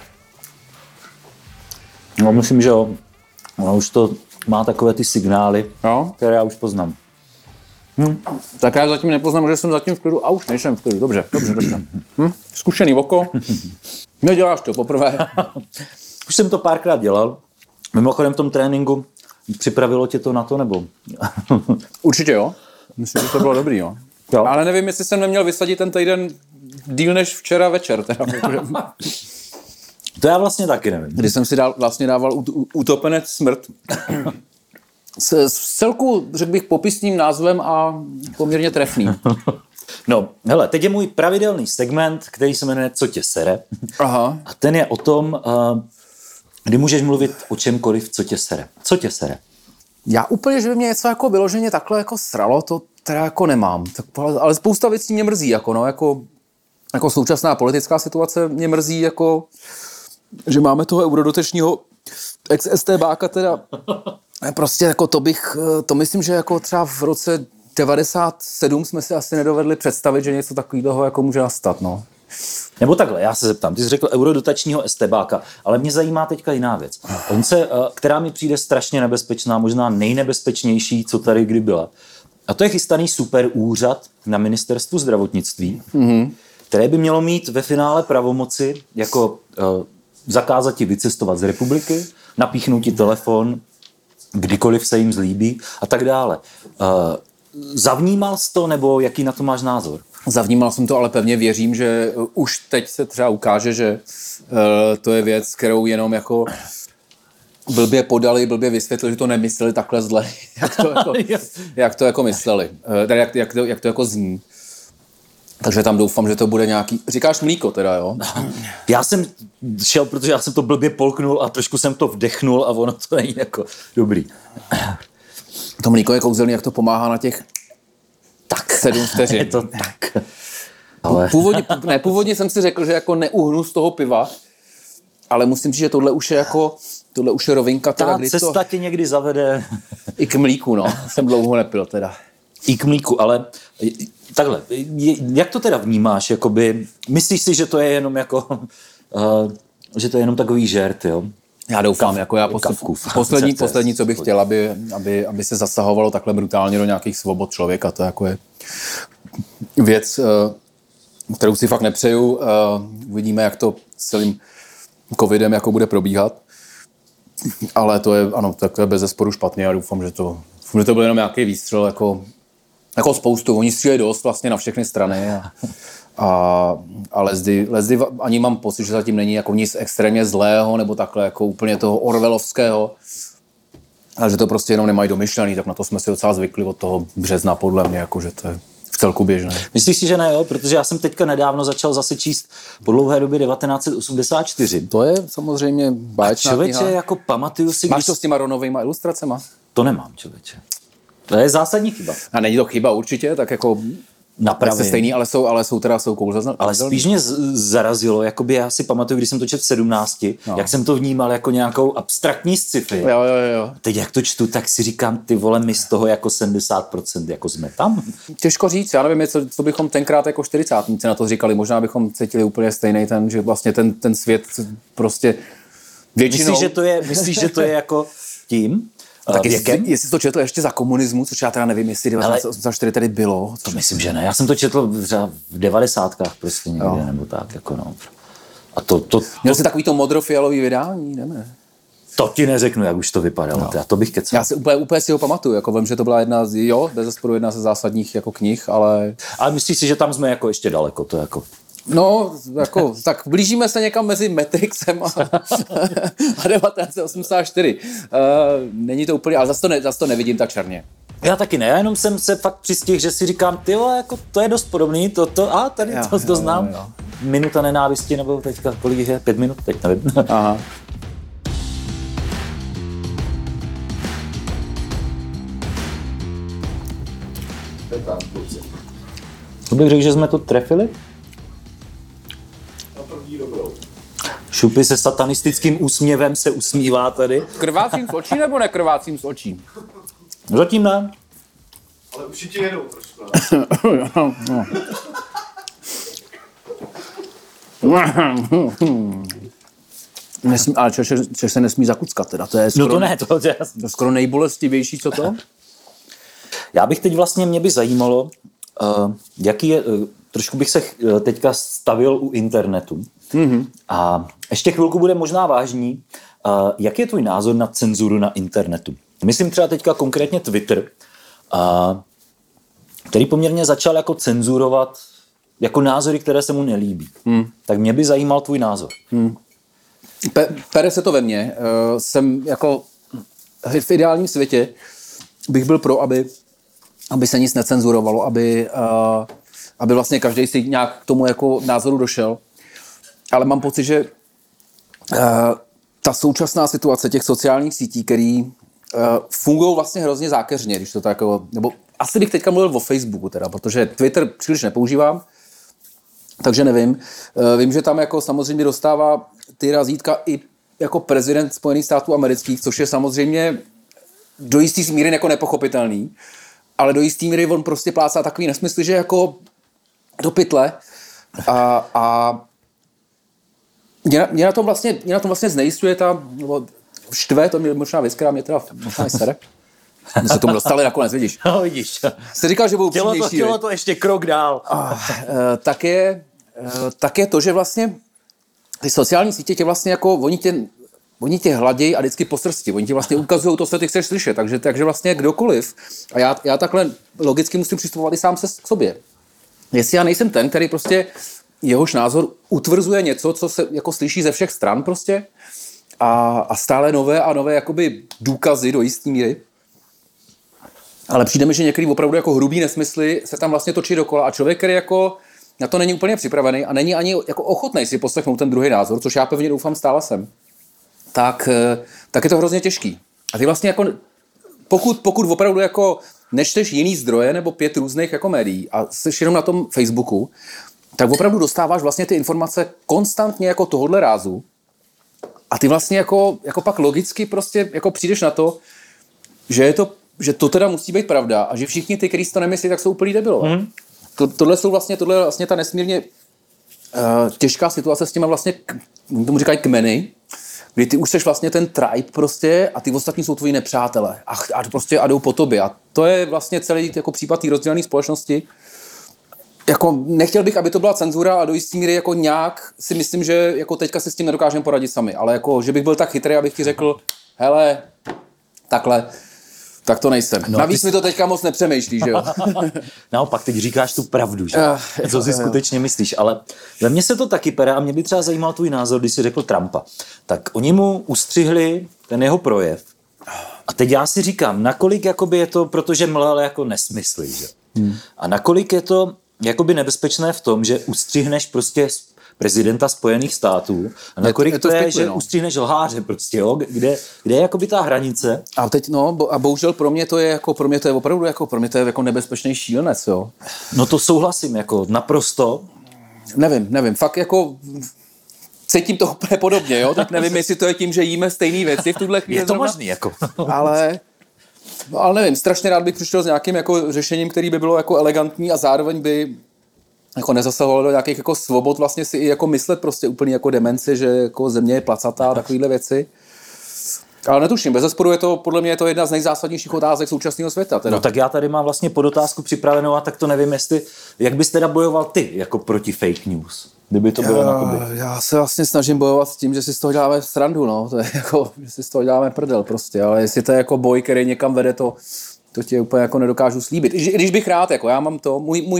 No, myslím, že jo. No, už to má takové ty signály, které já už poznám. Tak já zatím nepoznám, že jsem zatím v klidu a už nejsem v klidu. Dobře. Zkušený oko. Neděláš to poprvé. Už jsem to párkrát dělal. Mimochodem v tom tréninku připravilo tě to na to, nebo? Určitě jo. Myslím, že to bylo dobrý, jo. Ale nevím, jestli jsem neměl vysadit ten týden díl než včera večer. Teda. To já vlastně taky nevím. Kdy jsem si dával Utopenec smrt. S celku, řekl bych, popisným názvem a poměrně trefným. No, hele, teď je můj pravidelný segment, který se jmenuje Co tě sere. Aha. A ten je o tom, kdy můžeš mluvit o čemkoliv, co tě sere. Co tě sere? Já úplně, že by mě něco jako vyloženě takhle jako sralo, to teda jako nemám. Ale spousta věcí mě mrzí, jako současná politická situace mě mrzí, jako že máme toho eurodotečního ex-STBáka teda. Prostě jako to myslím, že jako třeba v roce 97 jsme si asi nedovedli představit, že něco takového jako může nastat, no. Nebo takhle, já se zeptám, ty jsi řekl eurodotačního STBáka, ale mě zajímá teďka jiná věc. Která mi přijde strašně nebezpečná, možná nejnebezpečnější, co tady kdy byla. A to je chystaný super úřad na ministerstvu zdravotnictví, které by mělo mít ve finále pravomoci jako zakázat ti vycestovat z republiky, napíchnout ti telefon, kdykoliv se jim zlíbí a tak dále. Zavnímal jsi to, nebo jaký na to máš názor? Zavnímal jsem to, ale pevně věřím, že už teď se třeba ukáže, že to je věc, kterou jenom jako blbě podali, blbě vysvětlili, že to nemysleli takhle zle, jak to jako mysleli, jak to jako zní. Takže tam doufám, že to bude nějaký... Říkáš mlíko teda, jo? Já jsem šel, protože já jsem to blbě polknul a trošku jsem to vdechnul a ono to není jako dobrý. To mlíko je kouzelný, jak to pomáhá na těch 7 vteřin. Je to tak. Ale... Původně jsem si řekl, že jako neuhnu z toho piva, ale musím říct, že tohle už je rovinka. Ta cesta tě někdy zavede. I k mlíku, no. Jsem dlouho nepil teda. I k mlíku, ale takhle, jak to teda vnímáš? Jakoby, myslíš si, že to je jenom jako, že to je jenom takový žert, jo? Já doufám, jako já poslední, co bych chtěl, aby se zasahovalo takhle brutálně do nějakých svobod člověka, to jako je věc, kterou si fakt nepřeju. Uvidíme, jak to s celým covidem jako bude probíhat, ale to je, ano, tak to je bezesporu špatně a doufám, že to byl jenom nějaký výstřel, jako spoustu, oni střílejí dost vlastně na všechny strany a Lesdy ani mám pocit, že zatím není jako nic extrémně zlého nebo takhle jako úplně toho orwellovského, ale že to prostě jenom nemají domyšlený, tak na to jsme si docela zvykli od toho března podle mě, jako že to je v celku běžné. Myslíš si, že ne, jo? Protože já jsem teďka nedávno začal zase číst po dlouhé době 1984. To je samozřejmě báječná kniha. Člověče, jako pamatuju si... Máš to s těma Ronovejma ilustracema? To nemám, člověče. To je zásadní chyba. A není to chyba určitě, tak jako... Napravím. Stejný, ale jsou kouzla. Ale spíš mě zarazilo, jakoby já si pamatuju, když jsem to četl v 17, jak jsem to vnímal jako nějakou abstraktní sci-fi. Jo. Teď jak to čtu, tak si říkám, ty vole, my z toho jako 70% jako jsme tam. Těžko říct, já nevím, co bychom tenkrát jako 40 na to říkali, možná bychom cítili úplně stejný že vlastně ten svět prostě většinou... Myslíš, že to je jako tím? Tak jestli to četl ještě za komunismu, což já teda nevím, jestli 1984 tady bylo. To myslím, že ne. Já jsem to četl v 90kách prostě někde, nebo tak, jako no. A Měl jsi takový to modrofialový vydání, ne? To ti neřeknu, jak už to vypadalo. To bych kecal. Já si úplně si ho pamatuju, jako vím, že to byla bezesporu jedna ze zásadních jako knih, ale... Ale myslíš si, že tam jsme jako ještě daleko, to jako... No, jako, tak blížíme se někam mezi Matrixem a 1984. Není to úplně, ale zase to nevidím tak černě. Já taky ne, já jenom jsem se fakt přistihl, že si říkám, ty vole, jako to je dost podobný, tady to znám. Jo. minuta nenávisti, nebo teďka kolik je? 5 minut? Teď nevím. Aha. To bych řekl, že jsme to trefili? Šupy se satanistickým úsměvem se usmívá tady. Krvácím z očí nebo nekrvácím z očí? Zatím ne. Ale určitě jedou trošku. Ale Češ se nesmí zakuckat teda, to je skoro, no to ne, to je skoro nejbolestivější, co to? Já bych teď vlastně, mě by zajímalo, jaký je, trošku bych se teďka stavil u internetu. Mm-hmm. A ještě chvilku bude možná vážný. Jaký je tvůj názor na cenzuru na internetu? Myslím třeba teďka konkrétně Twitter, který poměrně začal jako cenzurovat jako názory, které se mu nelíbí. Tak mě by zajímal tvůj názor. Pere se to ve mně. Jsem jako v ideálním světě bych byl pro, aby se nic necenzurovalo, aby vlastně každý si nějak k tomu jako názoru došel. Ale mám pocit, že ta současná situace těch sociálních sítí, které fungují vlastně hrozně zákeřně, když to tak, nebo asi bych teďka mluvil o Facebooku teda, protože Twitter příliš nepoužívám, takže nevím. Vím, že tam jako samozřejmě dostává ty razítka i jako prezident Spojených států amerických, což je samozřejmě do jistý míry jako nepochopitelný, ale do jistý míry on prostě plácá takový nesmysl, že jako do pytle a mě na tom vlastně znejistuje nebo štve, to mě možná věc, která mě teda možná sere. My se tomu dostali nakonec, vidíš. No, vidíš. Jsi říkal, že budou přímější. Chtělo to ještě krok dál. Tak je to, že vlastně ty sociální sítě tě vlastně jako, oni tě hladějí a vždycky po srsti. Oni ti vlastně ukazují to, co ty chceš slyšet. Takže vlastně kdokoliv, a já takhle logicky musím přistupovat i sám k sobě. Jestli já nejsem ten, který prostě jehož názor utvrzuje něco, co se jako slyší ze všech stran prostě a stále nové a nové jakoby důkazy do jistý míry. Ale přijde mi, že některý opravdu jako hrubý nesmysly se tam vlastně točí dokola a člověk, který jako na to není úplně připravený a není ani jako ochotnej si poslechnout ten druhý názor, což já pevně doufám stále jsem, tak je to hrozně těžký. A ty vlastně jako, pokud opravdu jako nečteš jiný zdroje nebo 5 různých jako médií a jsi jenom na tom Facebooku, tak opravdu dostáváš vlastně ty informace konstantně jako tohodle rázu a ty vlastně jako pak logicky prostě jako přijdeš na to, že to teda musí být pravda a že všichni ty, kteří si to nemyslí, tak jsou úplný debilové. Tohle je vlastně ta nesmírně těžká situace s těma vlastně, tomu říkají kmeny, kdy ty už seš vlastně ten tribe prostě a ty ostatní jsou tvoji nepřátelé a jdou po tobě. A to je vlastně celý jako případ té rozdělené společnosti. Jako nechtěl bych, aby to byla cenzura a do jistý míry jako nějak si myslím, že jako teďka si s tím nedokážeme poradit sami, ale jako, že bych byl tak chytrý, abych ti řekl, hele, takhle, tak to nejsem. No, navíc mi to teďka moc nepřemýšlí, že jo? Naopak, teď říkáš tu pravdu, že? Co si skutečně myslíš, ale ve mně se to taky pere a mě by třeba zajímal tvůj názor, když jsi řekl Trumpa. Tak oni mu ustřihli ten jeho projev a teď já si říkám, nakolik jakoby je to, protože mlel jako nesmysly, že? A nakolik je to jakoby nebezpečné v tom, že ustřihneš prostě prezidenta Spojených států a nakolik to je, že ustřihneš lháře prostě, jo? Kde je jakoby ta hranice? A teď a bohužel pro mě to je opravdu jako nebezpečný šílenec, jo. No to souhlasím, jako naprosto. Nevím, fakt jako cítím to úplně podobně, jo, tak nevím, jestli to je tím, že jíme stejné věci v tuhle chvíli. Je to možný, jako. Ale nevím, strašně rád bych přišel s nějakým jako řešením, který by bylo jako elegantní a zároveň by jako nezasahovalo do nějakých jako svobod vlastně si i jako myslet prostě úplně jako demenci, že jako země je placatá a takovýhle věci. Ale netuším, bezesporu je to, podle mě je to jedna z nejzásadnějších otázek současného světa. Teda. No tak já tady mám vlastně podotázku připravenou a tak to nevím, jak bys teda bojoval ty jako proti fake news. Kdyby to bylo nakoby. Já se vlastně snažím bojovat s tím, že si z toho děláme srandu, no. To je jako, že si z toho děláme prdel prostě, ale jestli to je jako boj, který někam vede, to ti úplně jako nedokážu slíbit. Když bych rád, jako já mám to, můj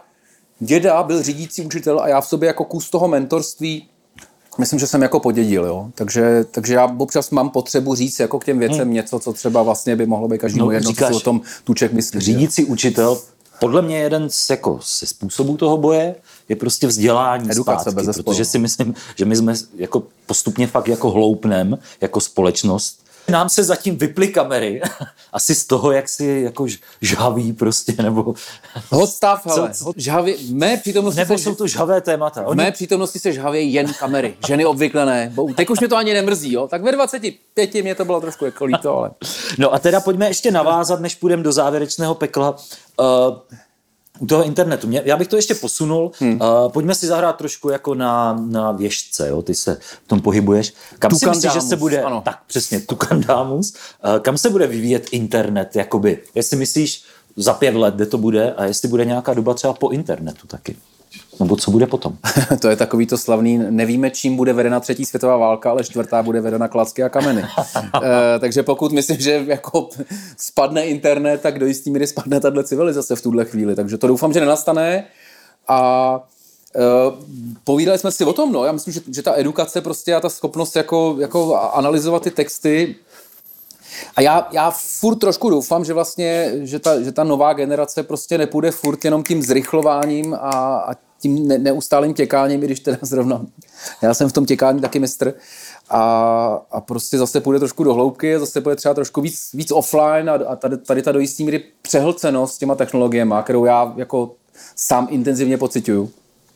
děda byl řídící učitel a já v sobě jako kus toho mentorství myslím, že jsem jako podědil, jo. Takže já občas mám potřebu říct jako k těm věcem něco, co třeba vlastně by mohlo být každému jedno, co o tom Tuček myslí. Řídící učitel, podle mě jeden ze způsobů toho boje je prostě vzdělání edukace zpátky, protože si myslím, že my jsme jako postupně fakt jako hloupnem, jako společnost. Nám se zatím vyply kamery, asi z toho, jak si jako žhaví prostě, nebo... Hostav, hele, žhavě, v mé přítomnosti... Nebo jsou to žhavé témata. V mé přítomnosti se žhavějí jen kamery, ženy obvykle ne. Teď už mě to ani nemrzí, jo? Tak ve 25 mě to bylo trošku jako líto, ale... No a teda pojďme ještě navázat, než půjdeme do závěrečného pekla. U toho internetu. Já bych to ještě posunul. Pojďme si zahrát trošku jako na věžce, jo? Ty se v tom pohybuješ. Kam si myslíš, že se bude... Ano. Tak přesně, Tukandamus. Kam se bude vyvíjet internet, jakoby? Jestli myslíš za 5 let, kde to bude a jestli bude nějaká doba třeba po internetu taky. Nebo co bude potom? To je takový to slavný, nevíme, čím bude vedena 3. světová válka, ale 4. bude vedena klacky a kameny. Takže pokud myslím, že jako spadne internet, tak do jistý míry spadne tato civilizace v tuhle chvíli. Takže to doufám, že nenastane. A povídali jsme si o tom, no. Já myslím, že ta edukace prostě a ta schopnost jako analyzovat ty texty. A já furt trošku doufám, že vlastně, že ta nová generace prostě nepůjde furt jenom tím zrychlováním a tím neustálým těkáním, i když teda zrovna já jsem v tom těkání taky mistr a prostě zase půjde trošku do hloubky, zase půjde třeba trošku víc offline a tady ta do jistý míry přehlcenost s těma technologiemi, kterou já jako sám intenzivně pociťuju.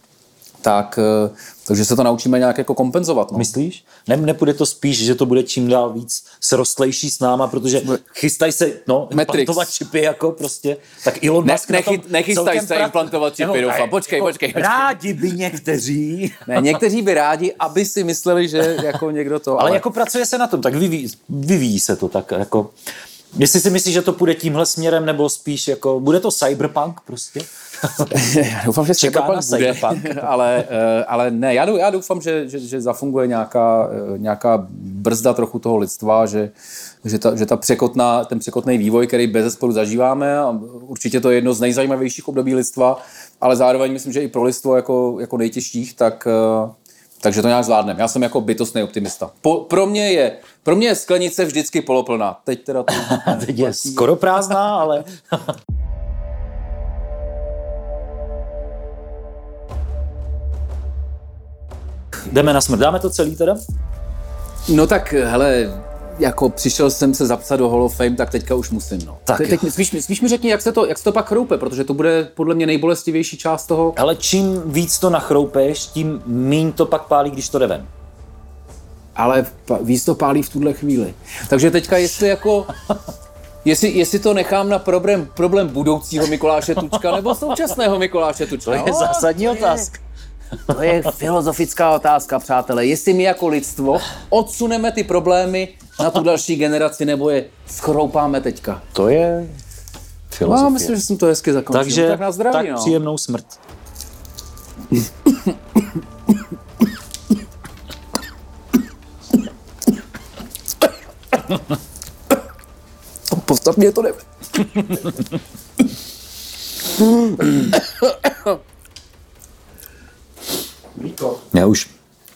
Takže se to naučíme nějak jako kompenzovat. No. Myslíš? Nepůjde to spíš, že to bude čím dál víc srostlejší s náma, protože chystají se implantovat čipy jako prostě. Tak Elon Musk nechystají se implantovat čipy, doufám. Počkej. Rádi by někteří. Ne, někteří by rádi, aby si mysleli, že jako někdo to... Ale jako pracuje se na tom, tak vyvíjí se to tak jako... Jestli si myslíš, že to půjde tímhle směrem, nebo spíš jako... Bude to cyberpunk prostě? Já doufám, že cyberpunk bude, ale ne, já doufám, že zafunguje nějaká brzda trochu toho lidstva, že ten překotný vývoj, který bezesporu zažíváme, a určitě to je jedno z nejzajímavějších období lidstva, ale zároveň myslím, že i pro lidstvo jako nejtěžších, takže to nějak zvládneme. Já jsem jako bytostný optimista. Pro mě je sklenice vždycky poloplná. Teď teda to... Teď je skoro prázdná, ale... Jdeme na smrt. Dáme to celý teda? No tak, hele, jako přišel jsem se zapsat do Hall of Fame, tak teďka už musím, no. Teď spíš mi řekni, jak se to pak chroupe, protože to bude podle mě nejbolestivější část toho. Ale čím víc to nachroupeš, tím míň to pak pálí, když to jde ven. Ale víc to pálí v tuhle chvíli. Takže teďka jestli to nechám na problém budoucího Mikuláše Tučka nebo současného Mikuláše Tučka. To je zásadní otázka. To je filozofická otázka, přátelé. Jestli my jako lidstvo odsuneme ty problémy na tu další generaci, nebo je schroupáme teďka. To je filozofie. No, myslím, že jsem to hezky zakončil. Takže tak na zdraví, tak příjemnou smrt. Postav mě to nebe. Já už,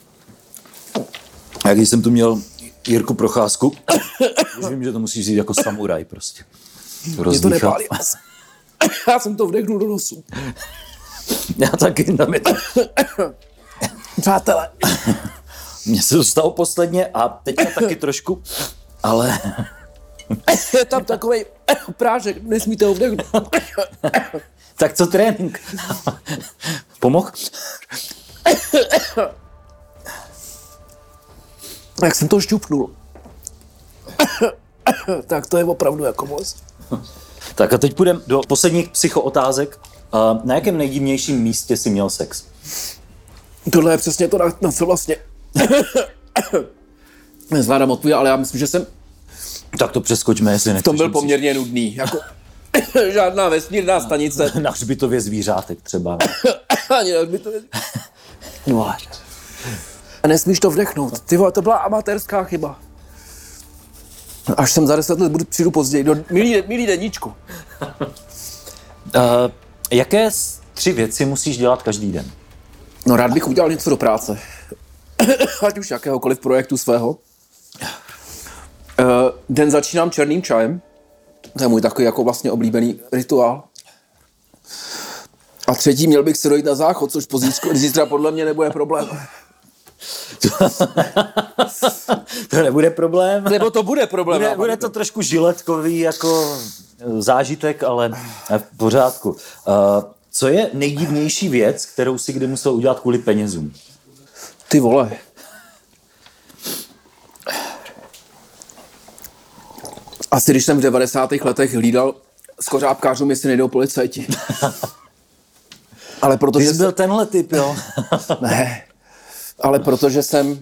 když jsem tu měl Jirku Procházku, už vím, že to musíš říct jako samuraj prostě. Mě to nepálí. Já jsem to vdechnul do nosu. Já taky, tam je to. Přátelé. Mně se to stalo posledně a teďka taky trošku, ale... Je tam takovej prášek, nesmíte ho vdechnout. Tak co trénink? Pomohl? Jak jsem to šťupnul. Tak to je opravdu jako moc. Tak a teď půjdeme do posledních psychootázek. Na jakém nejdivnějším místě jsi měl sex? Tohle je přesně to, na co vlastně nezvládám odpovědět, ale já myslím, že jsem Tak to přeskočme, jestli nechceš. v tom byl poměrně nudný. Jako žádná vesmírná stanice. Na hřbitově zvířátek třeba. Ani na hřbitově. No. Nesmíš to vdechnout. Ty vole, to byla amatérská chyba. Až jsem za 10 let přijdu později. Milý deníčku. Jaké 3 věci musíš dělat každý den? No rád bych udělal něco do práce. Ať už jakéhokoliv projektu svého. Den začínám černým čajem. To je můj takový jako vlastně oblíbený rituál. A třetí, měl bych si dojít na záchod, což zítra podle mě nebude problém. To nebude problém. Nebo to bude problém. Bude to trošku žiletkový jako zážitek, ale v pořádku. Co je nejdivnější věc, kterou si kdy musel udělat kvůli penězům? Ty vole. Asi když jsem v 90. letech hlídal s kořápkářům, jestli nejdou policajti. Ale protože... Ty jsi byl tenhle typ, jo? Ne, ale protože jsem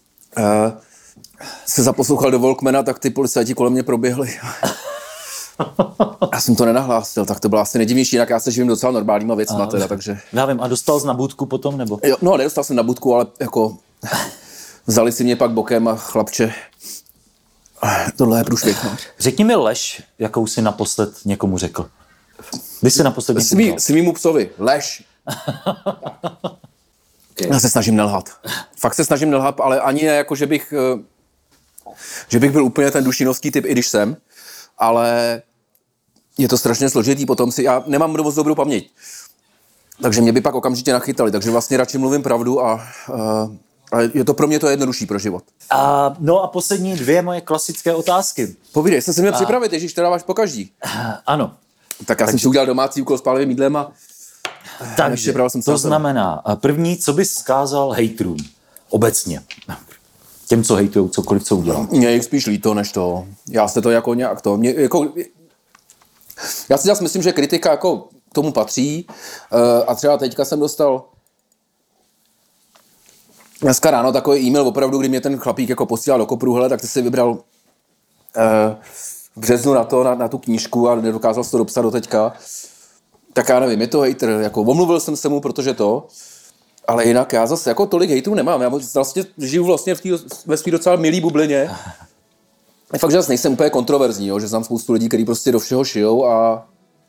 se zaposlouchal do Walkmana, tak ty policajti kolem mě proběhli. Já jsem to nenahlásil, tak to bylo asi nejdivnější, jinak já se živím docela normálníma věcma teda, takže... Já vím, a dostal jsi na budku potom, nebo? Jo, no, nedostal jsem na budku, ale jako vzali si mě pak bokem a chlapče, tohle je průšvih. Řekni mi lež, jakou jsi naposled někomu řekl. Kdy jsi naposled někomu řekl? Svýmu psovi, lež. Okay. Já se snažím nelhat. Fakt se snažím nelhat, ale ani ne jako, že bych byl úplně ten dušinovský typ, i když jsem, ale je to strašně složitý, potom já nemám moc dobrou paměť. Takže mě by pak okamžitě nachytali, takže vlastně radši mluvím pravdu a je to pro mě to jednodušší pro život. No a poslední dvě moje klasické otázky. Povídej, jsem si měl připravit, ježíš, to dáváš pokaždý. Ano. Tak já jsem si udělal domácí úkol s pálivým jídlem a... Takže to znamená, první, co bys vzkázal hejtrům obecně? Těm, co hejtujou, cokoliv, co udělal. Mně je spíš líto, než to. Já se to jako nějak to... Já si zase myslím, že kritika jako k tomu patří a třeba teďka jsem dostal dneska ráno takový e-mail opravdu, kdy mě ten chlapík jako posílal do kopru, hele, tak ty si vybral v březnu na tu knížku a nedokázal si to dopsat do teďka. Tak já nevím, je to hejtr, jako omluvil jsem se mu, protože to, ale jinak já zase jako tolik hejtrů nemám, já vlastně žiju vlastně ve svý docela milý bublině. Je fakt, že zase nejsem úplně kontroverzní, jo? Že znám spoustu lidí, kteří prostě do všeho šijou a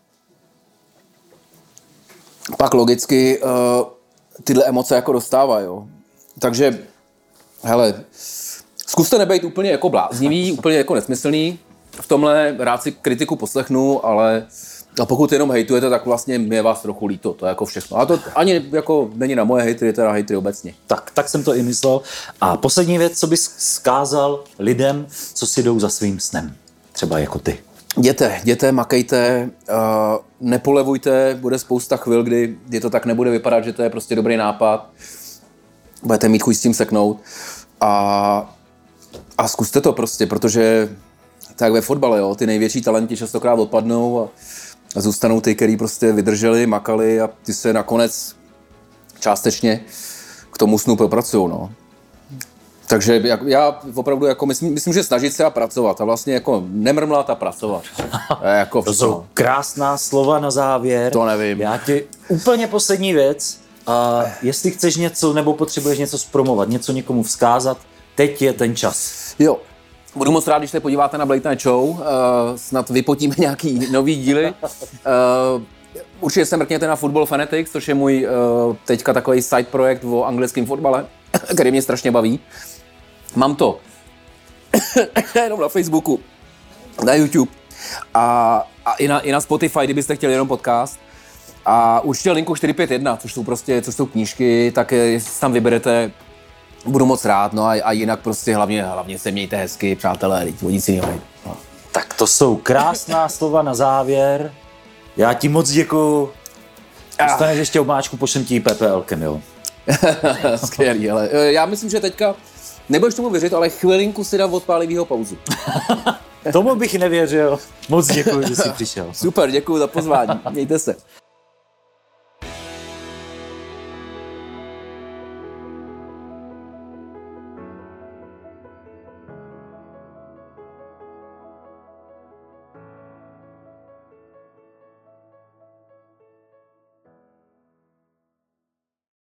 pak logicky tyhle emoce jako dostávají, jo. Takže, hele, zkuste nebejt úplně jako bláznivý, úplně jako nesmyslný, v tomhle rád si kritiku poslechnu, ale pokud jenom hejtujete, tak vlastně mi je vás trochu líto, to je jako všechno. A to ani jako není na moje hejtry, je teda hejtry obecně. Tak jsem to i myslel. A poslední věc, co bys vzkázal lidem, co si jdou za svým snem, třeba jako ty. Jděte, makejte, nepolevujte, bude spousta chvil, kdy to tak nebude vypadat, že to je prostě dobrý nápad. Budete mít chuť s tím seknout a zkuste to prostě, protože tak ve fotbale, jo, ty největší talenti častokrát odpadnou a zůstanou ty, kteří prostě vydrželi, makali a ty se nakonec částečně k tomu snu propracují, no. Takže já opravdu jako myslím, že snažit se a pracovat a vlastně jako nemrmlat a pracovat. Jako to jsou krásná slova na závěr. To nevím. Já ti úplně poslední věc. A jestli chceš něco nebo potřebuješ něco zpromovat, něco někomu vzkázat, teď je ten čas. Jo. Budu moc rád, když se podíváte na Late Night Show, snad vypotíme nějaký nový díly. Určitě se mrkněte na Football Fanatics, což je můj teďka takový side projekt o anglickém fotbale, který mě strašně baví. Mám to jenom na Facebooku, na YouTube a i na Spotify, kdybyste chtěli jenom podcast. A určitě linku 451, což jsou knížky, tak jestli tam vyberete, budu moc rád, no a jinak prostě hlavně se mějte hezky, přátelé, nic jiného. No. Tak to jsou krásná slova na závěr. Já ti moc děkuju. Dostaneš ještě omáčku, pošlem ti PPLkem, jo. Skvělý, ale já myslím, že teďka, nebudeš tomu věřit, ale chvilinku si dám odpálivýho pauzu. Tomu bych nevěřil. Moc děkuju, že jsi přišel. Super, děkuju za pozvání. Mějte se.